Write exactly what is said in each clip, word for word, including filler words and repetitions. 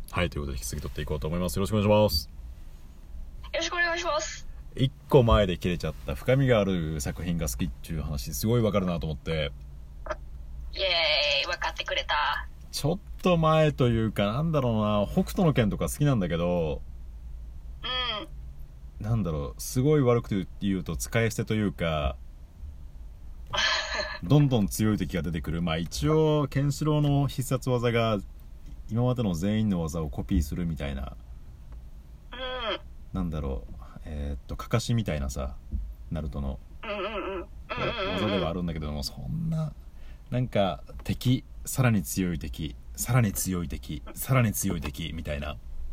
はい、ということで引き続き撮っていこうと思います。よろしくお願いします。 よろしくお願いします。 一個前で切れちゃった深みがある作品が好きっていう話すごいわかるなと思って。 イエーイ、分かってくれた。 ちょっと前というか、なんだろうな、北斗の拳とか好きなんだけど、 うん、 なんだろう、すごい悪く言うと使い捨てというかどんどん強い敵が出てくる。まあ一応ケンシロウの必殺技が今までの全員の技をコピーするみたいな、 うん、 なんだろう、えー、っとかかしみたいなさ、ナルトのうんうんうん技ではあるんだけども、そんななんか敵、さらに強い敵、さらに強い敵、さらに強い敵みたいな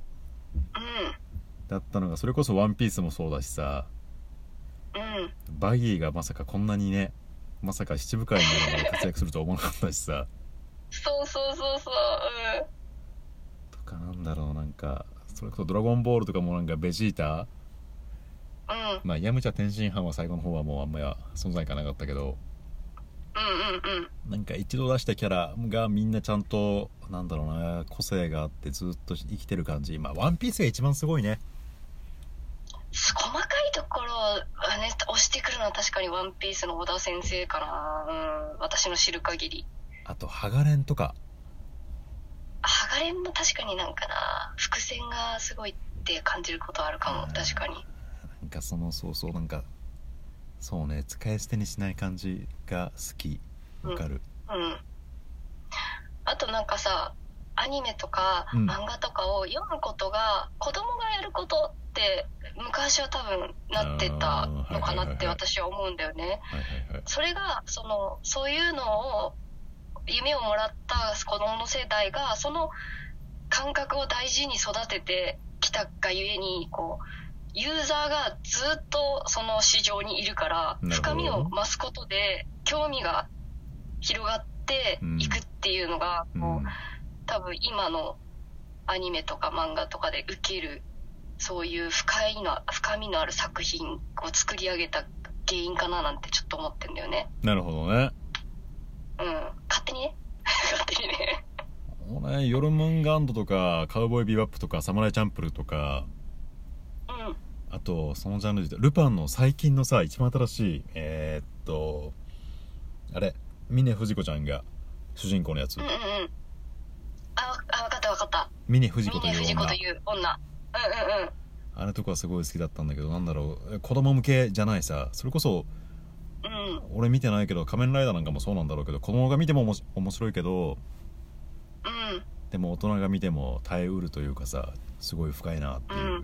だったのが、それこそワンピースもそうだしさ、 うん、 バギーがまさかこんなにね、まさか七部会になるまで活躍するとは思わなかったしさそうそうそうそう、うん、 とか、なんだろう、なんかそれこそドラゴンボールとかもなんかベジータ、 うん、 まあヤムチャ天津飯は最後の方はもうあんまり存在感なかったけど、 うんうんうん、 なんか一度出したキャラがみんなちゃんと、なんだろうな、個性があってずっと生きてる感じ。まあワンピースが一番すごいね。 細かいところはね、押してくるのは確かにワンピースの小田先生かな、うん、私の知る限り。 あとハガレンとか、 ハガレンも確かになんかな、伏線がすごいって感じることあるかも。確かになんかその、そうそう、なんかそうね、使い捨てにしない感じが好き。わかる、 うん、うん、あとなんかさ、アニメとか漫画とかを読むことが子供がやることって昔は多分なってたのかなって私は思うんだよね。 はいはいはい、 それがそのそういうのを夢をもらった子供の世代がその感覚を大事に育ててきたがゆえに、こうユーザーがずっとその市場にいるから、深みを増すことで興味が広がっていくっていうのが、こう、うん、多分今のアニメとか漫画とかで受けるそういう深いの深みのある作品を作り上げた原因かななんてちょっと思ってんだよね。 なるほどね。 うん、勝手にね勝手にね。 俺ヨルムンガンドとかカウボーイビバップとかサムライチャンプルとか、 うん、 あとそのジャンルでルパンの最近のさ、一番新しいえー、っとあれ、峰不二子ちゃんが主人公のやつ。 うんうんうん。あ、あ、分かった分かった。 峰不二子という女。 峰不二子という女。うんうんうん。 あれとかはすごい好きだったんだけど、なんだろう、子供向けじゃないさ。それこそ、 うん、 俺見てないけど仮面ライダーなんかもそうなんだろうけど、子供が見てもおもし面白いけど、 うん、 でも大人が見ても耐えうるというかさ、すごい深いなっていう、うん、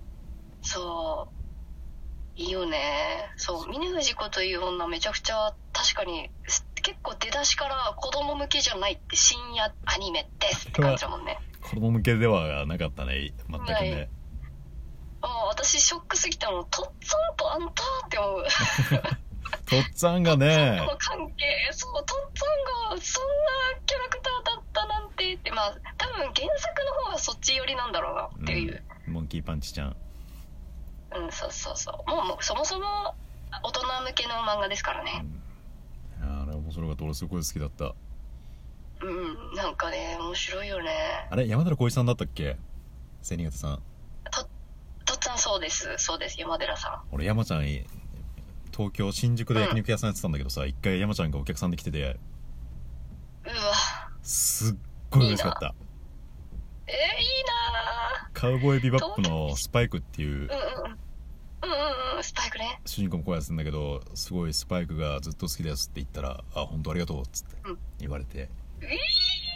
そういいよね。そう、峰不二子という女めちゃくちゃ確かに結構出だしから子供向けじゃないって、深夜アニメですって感じだもんね。 子供向けではなかったね、全くね。 あ、私ショックすぎたの、とっつぁんとあんたって思うとっつぁんがね、 この関係、そう、とっつぁんがそんなキャラクターだったなんてって、まあ多分原作の方はそっち寄りなんだろうなっていう、 うん、モンキーパンチちゃん、 うん、そうそうそう、もう、もうそもそも大人向けの漫画ですからね、 うん、あれ面白かった。俺すごい好きだった。 うん、なんかね、面白いよね。 あれ、山寺宏一さんだったっけ、千里さん。 ととっつぁん、そうですそうです、山寺さん。 俺山ちゃん、東京新宿で焼肉屋さんやってたんだけどさ、うん、一回山ちゃんがお客さんで来てて、 うわ、 すっごい嬉しかった。 えー、いいな。 カウボーイビバップのスパイクっていう、うんうんうんうん、スパイクね、 主人公もこうやつんだけど、すごいスパイクがずっと好きですって言ったら、あ、本当ありがとうっつって言われて、 うん、え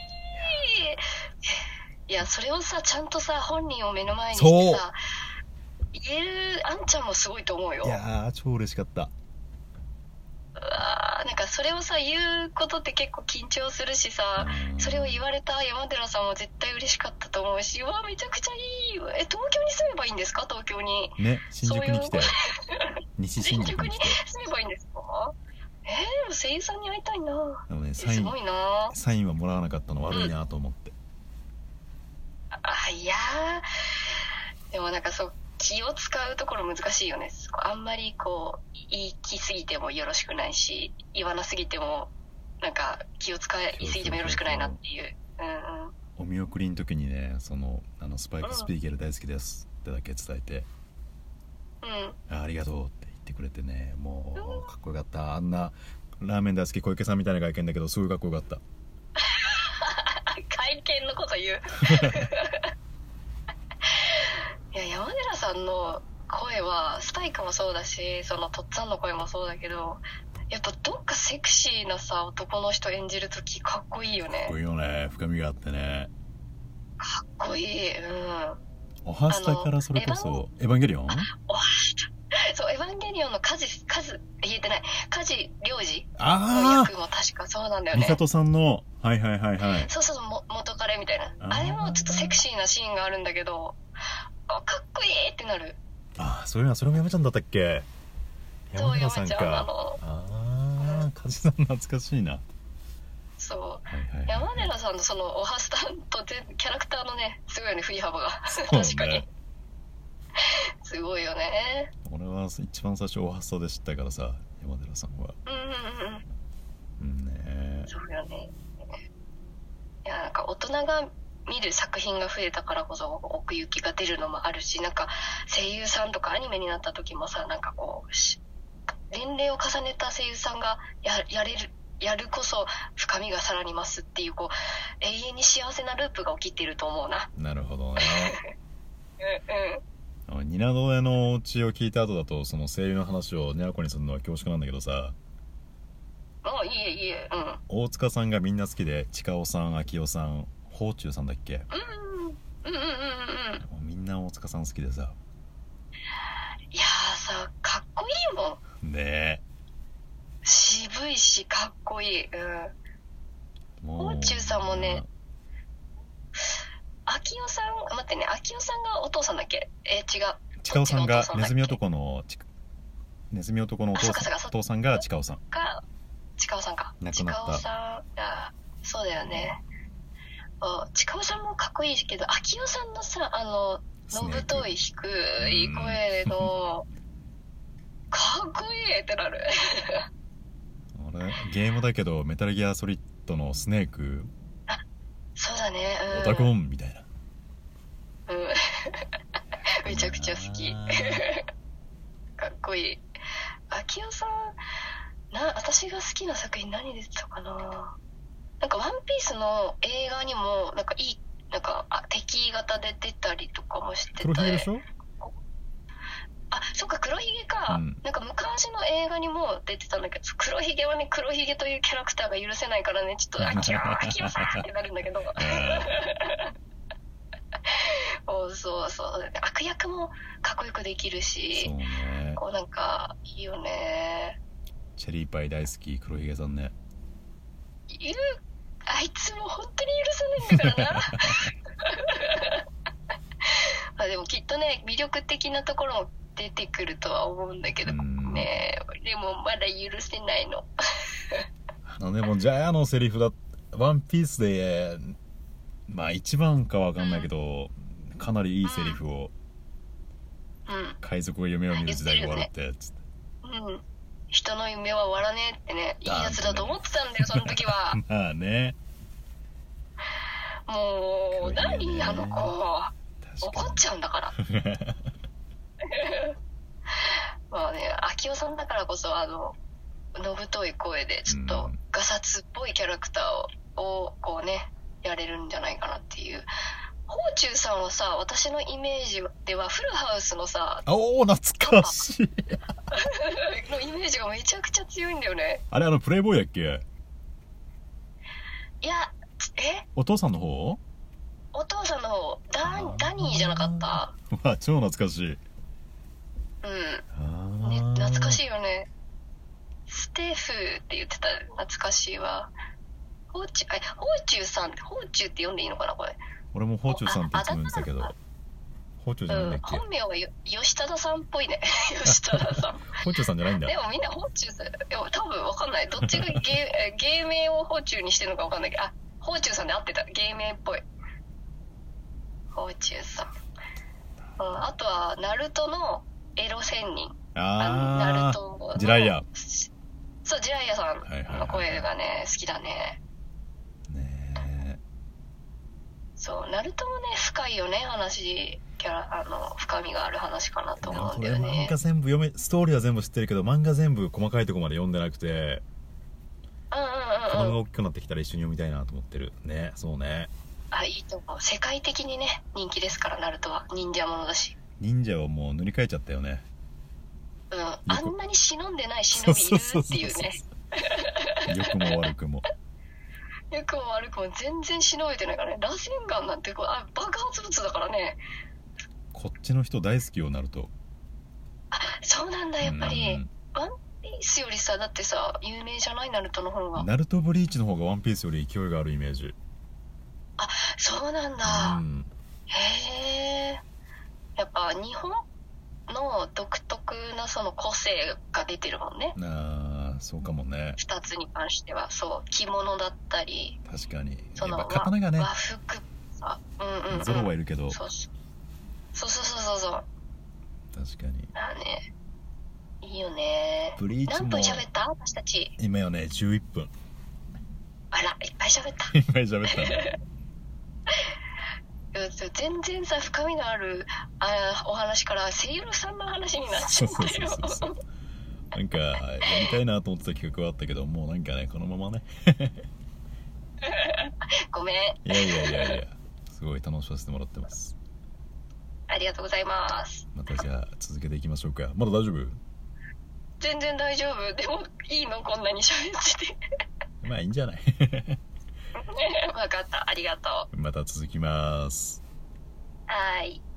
ー、いや、それをさ、ちゃんとさ、本人を目の前にしてさ言えるあんちゃんもすごいと思うよ。 いやー、超嬉しかった。 うわー、なんかそれをさ言うことって結構緊張するしさ、それを言われた山寺さんも絶対嬉しかったと思うし、うわ、めちゃくちゃいい。え、東京に住めばいいんですか？東京にね、新宿に来て西新宿に来て住めばいいんですか？えー、声優さんに会いたいな。 でもね、サイン、すごいな。 サインはもらわなかったの悪いなと思って、 うん、あ、いやー、でもなんかそう、気を使うところ難しいよね。あんまりこう言いきすぎてもよろしくないし、言わなすぎてもなんか気を使いすぎてもよろしくないなっていう。うんうん、 お見送りの時にね、そのあのスパイク・スピーゲル大好きですってだけ伝えて、 うん、 あ, ありがとうって言ってくれてね、もうかっこよかった。あんなラーメン大好き小池さんみたいな外見だけどすごいかっこよかった。 会見のこと言ういや、山寺さんの声はスパイクもそうだし、そのとっつぁんの声もそうだけど、やっぱどっかセクシーなさ男の人演じるときかっこいいよね。 かっこいいよね、深みがあってね、 かっこいい。うん。 おはスタからそれこそエヴァンゲリオン、 おはスタ、そう、エヴァンゲリオンの梶梶言えてない梶良二のあ役も確かそうなんだあ、 よね。 美里さんの、はいはいはいはい、 そうそうそう、も元彼みたいな。 あーあれもちょっとセクシーなシーンがあるんだけど、あ、かっこいいってなる。 ああ、そういうのはそれも山ちゃんだったっけ。 そう山寺さん山ちゃんなか。 の。 ああ、梶さん懐かしいな。 そう、 はいはいはい、 山寺さんのそのおはスタと全キャラクターのね、すごいよね、振り幅が。 そうね確かにすごいよね。 俺は一番最初おはスタで知ったからさ、山寺さんは。 うんうんうん。 うんね。 そうよね。いや、なんか大人が見る作品が増えたからこそ奥行きが出るのもあるし、なんか声優さんとかアニメになった時もさ、なんかこう年齢を重ねた声優さんが や, やれるやるこそ深みがさらに増すっていう、こう永遠に幸せなループが起きていると思うな。 なるほどね。 うんうん。 ニナドエのお家を聞いた後だと、その声優の話をニャーコにするのは恐縮なんだけどさ、 あ、いいえいいえ。うん。 大塚さんがみんな好きで、近尾さん、秋代さん、宝中さんだっけ、 うんうんうんうんうんうん。 もうみんな大塚さん好きでさ。 いやーさ、かっこいいもん。 ねえ、 渋いしかっこいい。うん。 もう宝中さんもね、秋代さん、待ってね、秋代さんがお父さんだっけ？えー、違う。 近尾さんがネズミ男男のちネズミ男のお父あそっかそっかさん、お父さんが近尾さんが、近尾さんか。 亡くなった近尾さんが、そうだよね。近尾さんもかっこいいけど、秋代さんのさ、あの、のぶとい低い声の、かっこいいってなる。 あれゲームだけどメタルギアソリッドのスネーク、 あ、そうだね。うん、 オタコンみたいな。 うん。めちゃくちゃ好き。かっこいい。秋代さん、な、私が好きな作品何出てたかな。なんかワンピースの映画にもなんかいい、なんかあ敵型で出たりとかもしてて。 黒ひげでしょ。 あ、そっか、黒ひげか、うん、なんか昔の映画にも出てたんだけど、黒ひげはね、黒ひげというキャラクターが許せないからね、ちょっと秋代秋代さんってなるんだけどそうそうそう、悪役もかっこよくできるし、 そうね、 こうなんかいいよね。 チェリーパイ大好き黒ひげさんね。 いる、あいつも本当に許せないんだからなまあでもきっとね、魅力的なところも出てくるとは思うんだけどね、でもまだ許せないのあのでもジャヤのセリフだ、ワンピースでまあ一番かわかんないけど、うん、かなりいいセリフを、うん、海賊が夢を見る時代が終わるってつって、 うん、人の夢は終わらねえってね、いいやつだと思ってたんだよその時はまあね、 もう、ね、何あの子怒っちゃうんだからまあね、秋代さんだからこそあののぶとい声でちょっとガサツっぽいキャラクターを、をこうねやれるんじゃないかなっていう。宝中さんはさ、私のイメージではフルハウスのさ、 おお懐かしいのイメージがめちゃくちゃ強いんだよね。 あれ、あのプレイボーイやっけ。 いや、えお父さんの方、 お父さんの方、ダダニーじゃなかった？ わあ、超懐かしい。 うん、ね、懐かしいよね。ステフって言ってた。懐かしいわ。宝中、あ、宝中さん、宝中って読んでいいのかなこれ。 俺も宝中さんっていつも言ってたけど、宝中じゃないんだっけ、 うん、本名はよ吉忠さんっぽいね吉忠さん宝中さんじゃないんだ。 でもみんな宝中さん、でも多分わかんない、どっちが芸芸名を宝中にしてるのかわかんないけど、あ、宝中さんで合ってた、芸名っぽい。宝中さん、うん、あとはナルトのエロ仙人、 ああナルトのジライヤ、 そう、ジライヤさんの声がね、好きだね。 ねえ、 そうナルトもね深いよね話、キャラあの深みがある話かなと思うんだよ俺ね。 漫画全部読め、ストーリーは全部知ってるけど漫画全部細かいところまで読んでなくて、 うんうん子うんうん。 供が大きくなってきたら一緒に読みたいなと思ってるね。そうね。 あ、いいと思う。世界的にね人気ですからナルトは。忍者ものだし。 忍者をもう塗り替えちゃったよね。 うん。あんなに忍んでない忍そうびいるそうそうそうっていうね。 良くも悪くも。 よくも悪くも全然忍べてないからね。螺旋岩なんてこうあ爆発物だからね。 こっちの人大好きよナルト。 あ、そうなんだやっぱり。 うんワンピースよりさだってさ有名じゃないナルトの方が。 ナルトブリーチの方がワンピースより勢いがあるイメージ。 あ、そうなんうだ。 ん。 へえ。やっぱ日本の独特なその個性が出てるもんね。 ああ、そうかもね。 ふたつに関してはそう着物だったり確かに。 そのやっぱ刀がね和、和服さ、うんうんうん、 ゾロはいるけど。 そうそうそうそうそうそう確かに。 だね。いいよね。 ブリーチも何分喋った私たち。 今よねじゅういっぷん。 あらいっぱい喋った。 いっぱい喋ったね。 全然さ深みのあるあお話から声優さんの話になっちそうそうゃったよ。 そうそう。なんかやりたいなと思ってた企画はあったけど、もうなんかねこのままね。 ごめん。 いやいやいやいや、すごい楽しませてもらってます。 ありがとうございます。 またじゃあ続けていきましょうか。まだ大丈夫？ 全然大丈夫。でもいいのこんなに喋ってて。 まあいいんじゃない。 分かった。ありがとう。 また続きます。 はい。